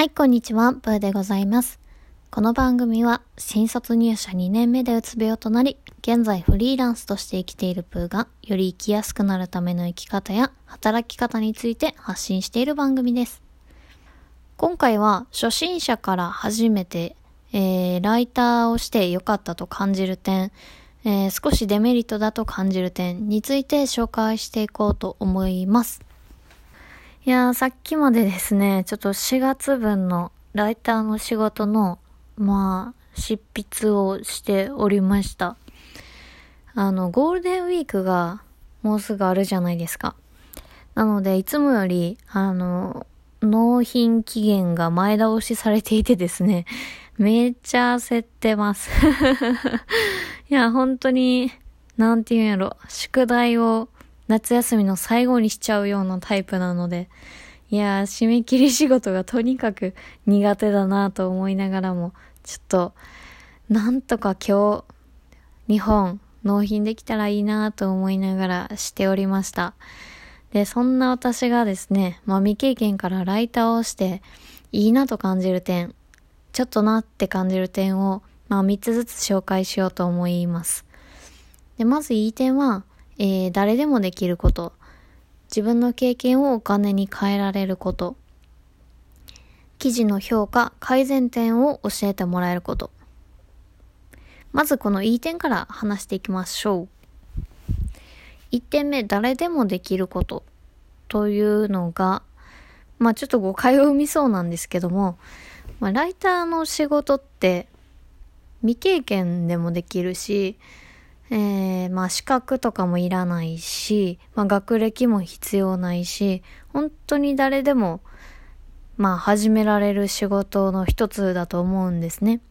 はい、こんにちは、プーでございます。この番組は、新卒入社2年目でうつ病となり、現在フリーランスとして生きているプーが、より生きやすくなるための生き方や働き方について発信している番組です。今回は、初心者から初めて、ライターをして良かったと感じる点、少しデメリットだと感じる点について紹介していこうと思います。いやー、さっきまでですね、ちょっと4月分のライターの仕事の、執筆をしておりました。ゴールデンウィークがもうすぐあるじゃないですか。なので、いつもより、納品期限が前倒しされていてですね、めっちゃ焦ってます。いや、本当に、なんていうんやろ、宿題を夏休みの最後にしちゃうようなタイプなので、いやー、締め切り仕事がとにかく苦手だなと思いながらも、ちょっと、なんとか今日、2本納品できたらいいなと思いながらしておりました。で、そんな私がですね、未経験からライターをして、いいなと感じる点、ちょっとなって感じる点を、3つずつ紹介しようと思います。で、まずいい点は、誰でもできること。自分の経験をお金に変えられること。記事の評価、改善点を教えてもらえること。まずこのいい点から話していきましょう。1点目、誰でもできることというのが、ちょっと誤解を生みそうなんですけども、ライターの仕事って未経験でもできるし、資格とかもいらないし、学歴も必要ないし、本当に誰でも、始められる仕事の一つだと思うんですね。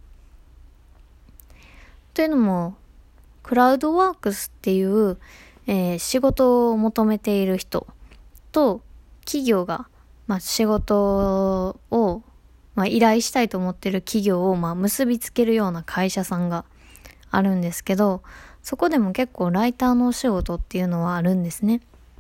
というのも、クラウドワークスっていう、仕事を求めている人と企業が、仕事を、依頼したいと思っている企業を、結びつけるような会社さんがあるんですけど、そこでも結構ライターのお仕事っていうのはあるんですね。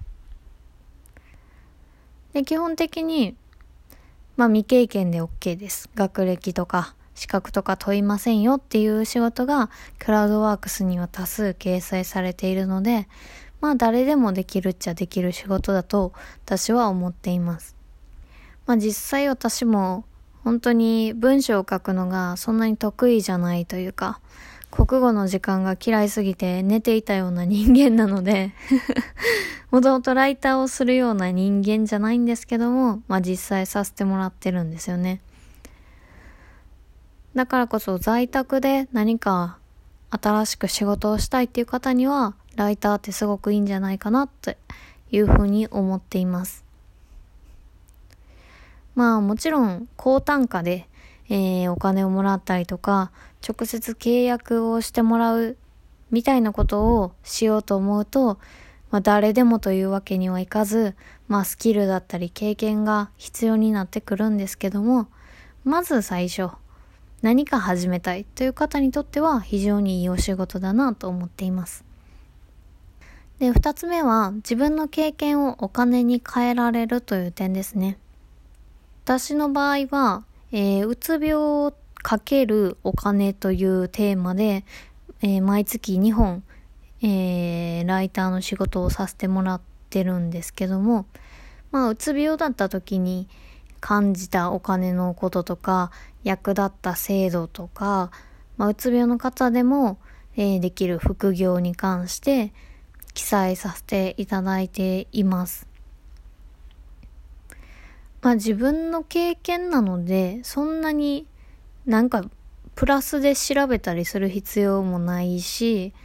で、基本的に、未経験で OK です。学歴とか資格とか問いませんよっていう仕事がクラウドワークスには多数掲載されているので、誰でもできるっちゃできる仕事だと私は思っています。実際私も本当に文章を書くのがそんなに得意じゃないというか、国語の時間が嫌いすぎて寝ていたような人間なのでもともとライターをするような人間じゃないんですけども、実際させてもらってるんですよね。だからこそ在宅で何か新しく仕事をしたいっていう方にはライターってすごくいいんじゃないかなっていうふうに思っています。もちろん高単価でお金をもらったりとか、直接契約をしてもらうみたいなことをしようと思うと、誰でもというわけにはいかず、スキルだったり経験が必要になってくるんですけども、まず最初、何か始めたいという方にとっては非常にいいお仕事だなと思っています。で、二つ目は自分の経験をお金に変えられるという点ですね。私の場合は、うつ病をかけるお金というテーマで、毎月2本、ライターの仕事をさせてもらってるんですけども、うつ病だった時に感じたお金のこととか、役立った制度とか、うつ病の方でも、できる副業に関して記載させていただいています。自分の経験なので、そんなにプラスで調べたりする必要もないし、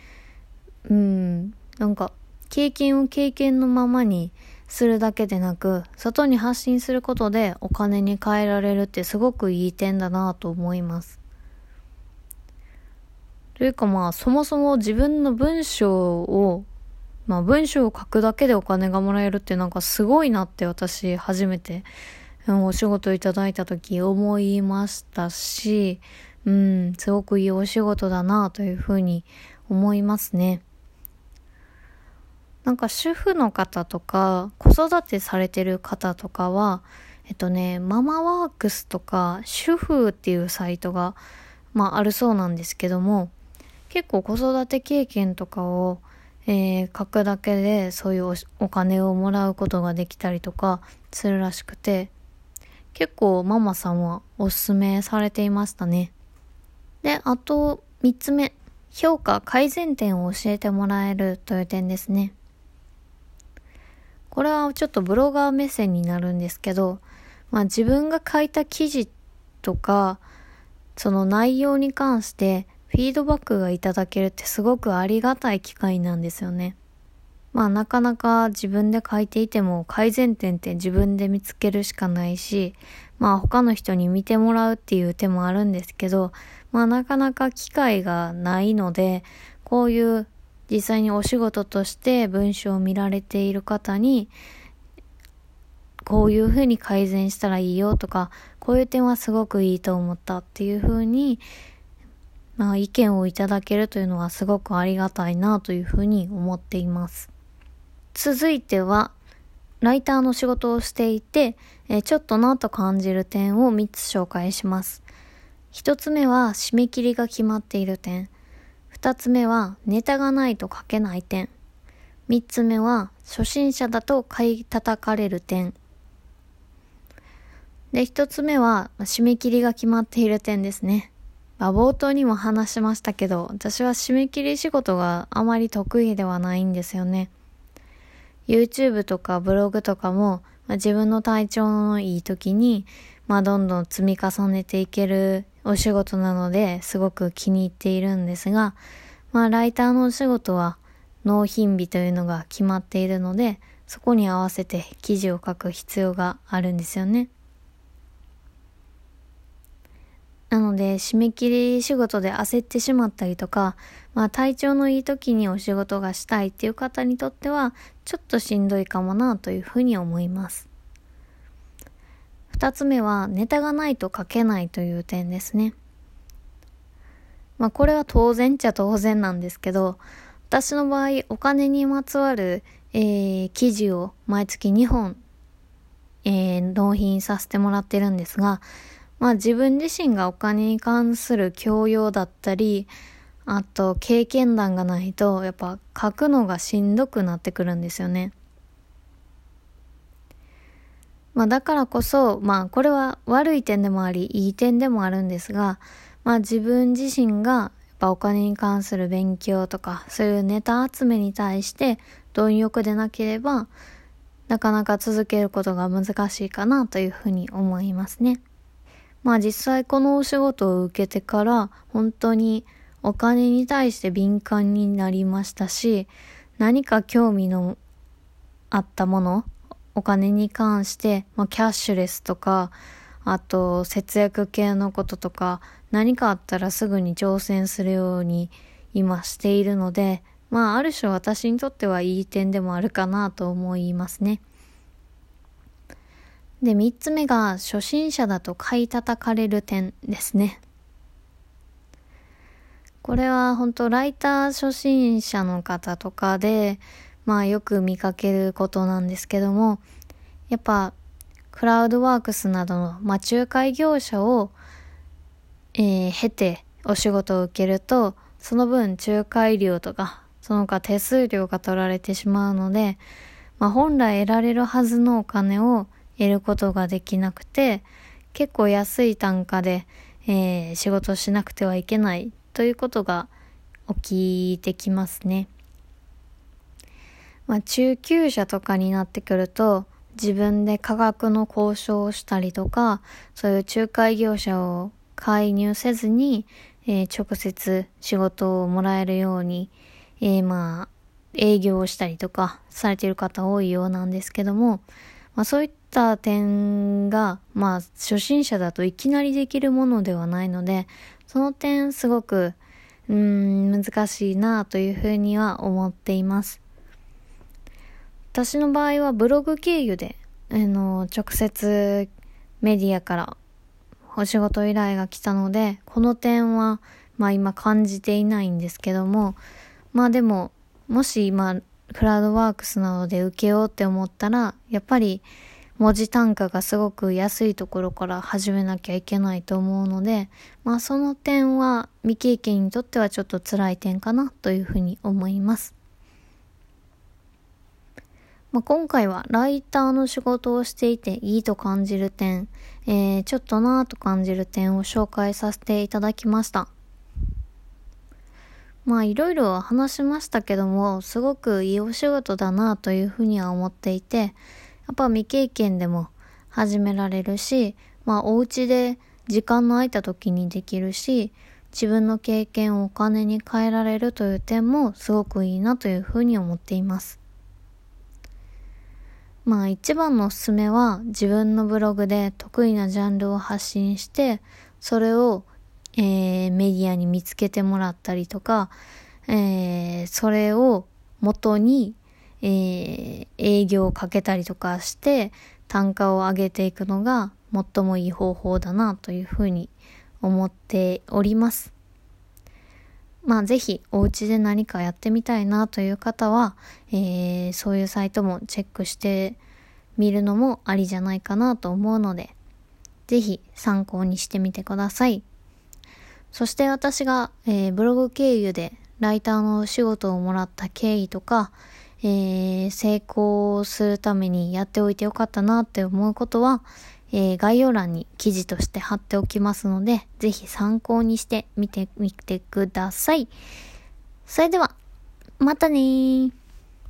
経験を経験のままにするだけでなく、外に発信することでお金に換えられるってすごくいい点だなと思います。というかそもそも自分の文章を書くだけでお金がもらえるってすごいなって私初めて、お仕事いただいた時思いましたし、すごくいいお仕事だなというふうに思いますね。主婦の方とか子育てされてる方とかは、 ママワークスとか主婦っていうサイトが、あるそうなんですけども、結構子育て経験とかを、書くだけでそういうお金をもらうことができたりとかするらしくて、結構ママさんはおすすめされていましたね。で、あと3つ目、評価改善点を教えてもらえるという点ですね。これはちょっとブロガー目線になるんですけど、自分が書いた記事とかその内容に関してフィードバックがいただけるってすごくありがたい機会なんですよね。なかなか自分で書いていても改善点って自分で見つけるしかないし、他の人に見てもらうっていう手もあるんですけど、なかなか機会がないので、こういう実際にお仕事として文章を見られている方に、こういう風に改善したらいいよとか、こういう点はすごくいいと思ったっていう風に、意見をいただけるというのはすごくありがたいなという風に思っています。続いては、ライターの仕事をしていて、ちょっとなと感じる点を3つ紹介します。1つ目は締め切りが決まっている点。2つ目はネタがないと書けない点。3つ目は初心者だと買い叩かれる点。で、1つ目は締め切りが決まっている点ですね。冒頭にも話しましたけど、私は締め切り仕事があまり得意ではないんですよね。YouTube とかブログとかも、自分の体調のいい時に、どんどん積み重ねていけるお仕事なのですごく気に入っているんですが、ライターのお仕事は納品日というのが決まっているので、そこに合わせて記事を書く必要があるんですよね。なので締め切り仕事で焦ってしまったりとか、体調のいい時にお仕事がしたいっていう方にとってはちょっとしんどいかもなというふうに思います。2つ目はネタがないと書けないという点ですね。これは当然っちゃ当然なんですけど、私の場合お金にまつわる、記事を毎月2本、納品させてもらってるんですが、自分自身がお金に関する教養だったり、あと経験談がないとやっぱ書くのがしんどくなってくるんですよね。だからこそ、これは悪い点でもあり、いい点でもあるんですが、自分自身がやっぱお金に関する勉強とか、そういうネタ集めに対して貪欲でなければ、なかなか続けることが難しいかなというふうに思いますね。実際このお仕事を受けてから本当にお金に対して敏感になりましたし、何か興味のあったもの、お金に関して、キャッシュレスとか、あと節約系のこととか、何かあったらすぐに挑戦するように今しているので、ある種私にとってはいい点でもあるかなと思いますね。で、3つ目が初心者だと買い叩かれる点ですね。これは本当ライター初心者の方とかで、よく見かけることなんですけども、やっぱクラウドワークスなどの、仲介業者を、経てお仕事を受けると、その分仲介料とか、その他手数料が取られてしまうので、本来得られるはずのお金を得ることができなくて、結構安い単価で、仕事をしなくてはいけないということが起きてきますね。中級者とかになってくると、自分で価格の交渉をしたりとか、そういう仲介業者を介入せずに、直接仕事をもらえるように、営業をしたりとかされている方多いようなんですけども、そういった点が、初心者だといきなりできるものではないので、その点すごく、難しいなというふうには思っています。私の場合はブログ経由で、直接メディアからお仕事依頼が来たので、この点は、今感じていないんですけども、でも、もし今、クラウドワークスなどで受けようって思ったら、やっぱり、 文字単価がすごく安いところから始めなきゃいけないと思うので、その点は未経験にとってはちょっと辛い点かなというふうに思います。今回はライターの仕事をしていていいと感じる点、ちょっとなぁと感じる点を紹介させていただきました。いろいろ話しましたけども、すごくいいお仕事だなというふうには思っていて、やっぱ未経験でも始められるし、お家で時間の空いた時にできるし、自分の経験をお金に変えられるという点もすごくいいなというふうに思っています。一番のおすすめは自分のブログで得意なジャンルを発信して、それを、メディアに見つけてもらったりとか、それを元に営業をかけたりとかして単価を上げていくのが最もいい方法だなというふうに思っております。ぜひお家で何かやってみたいなという方は、そういうサイトもチェックしてみるのもありじゃないかなと思うので、ぜひ参考にしてみてください。そして私が、ブログ経由でライターのお仕事をもらった経緯とか、成功するためにやっておいてよかったなって思うことは、概要欄に記事として貼っておきますので、ぜひ参考にしてみてみてください。それでは、またねー。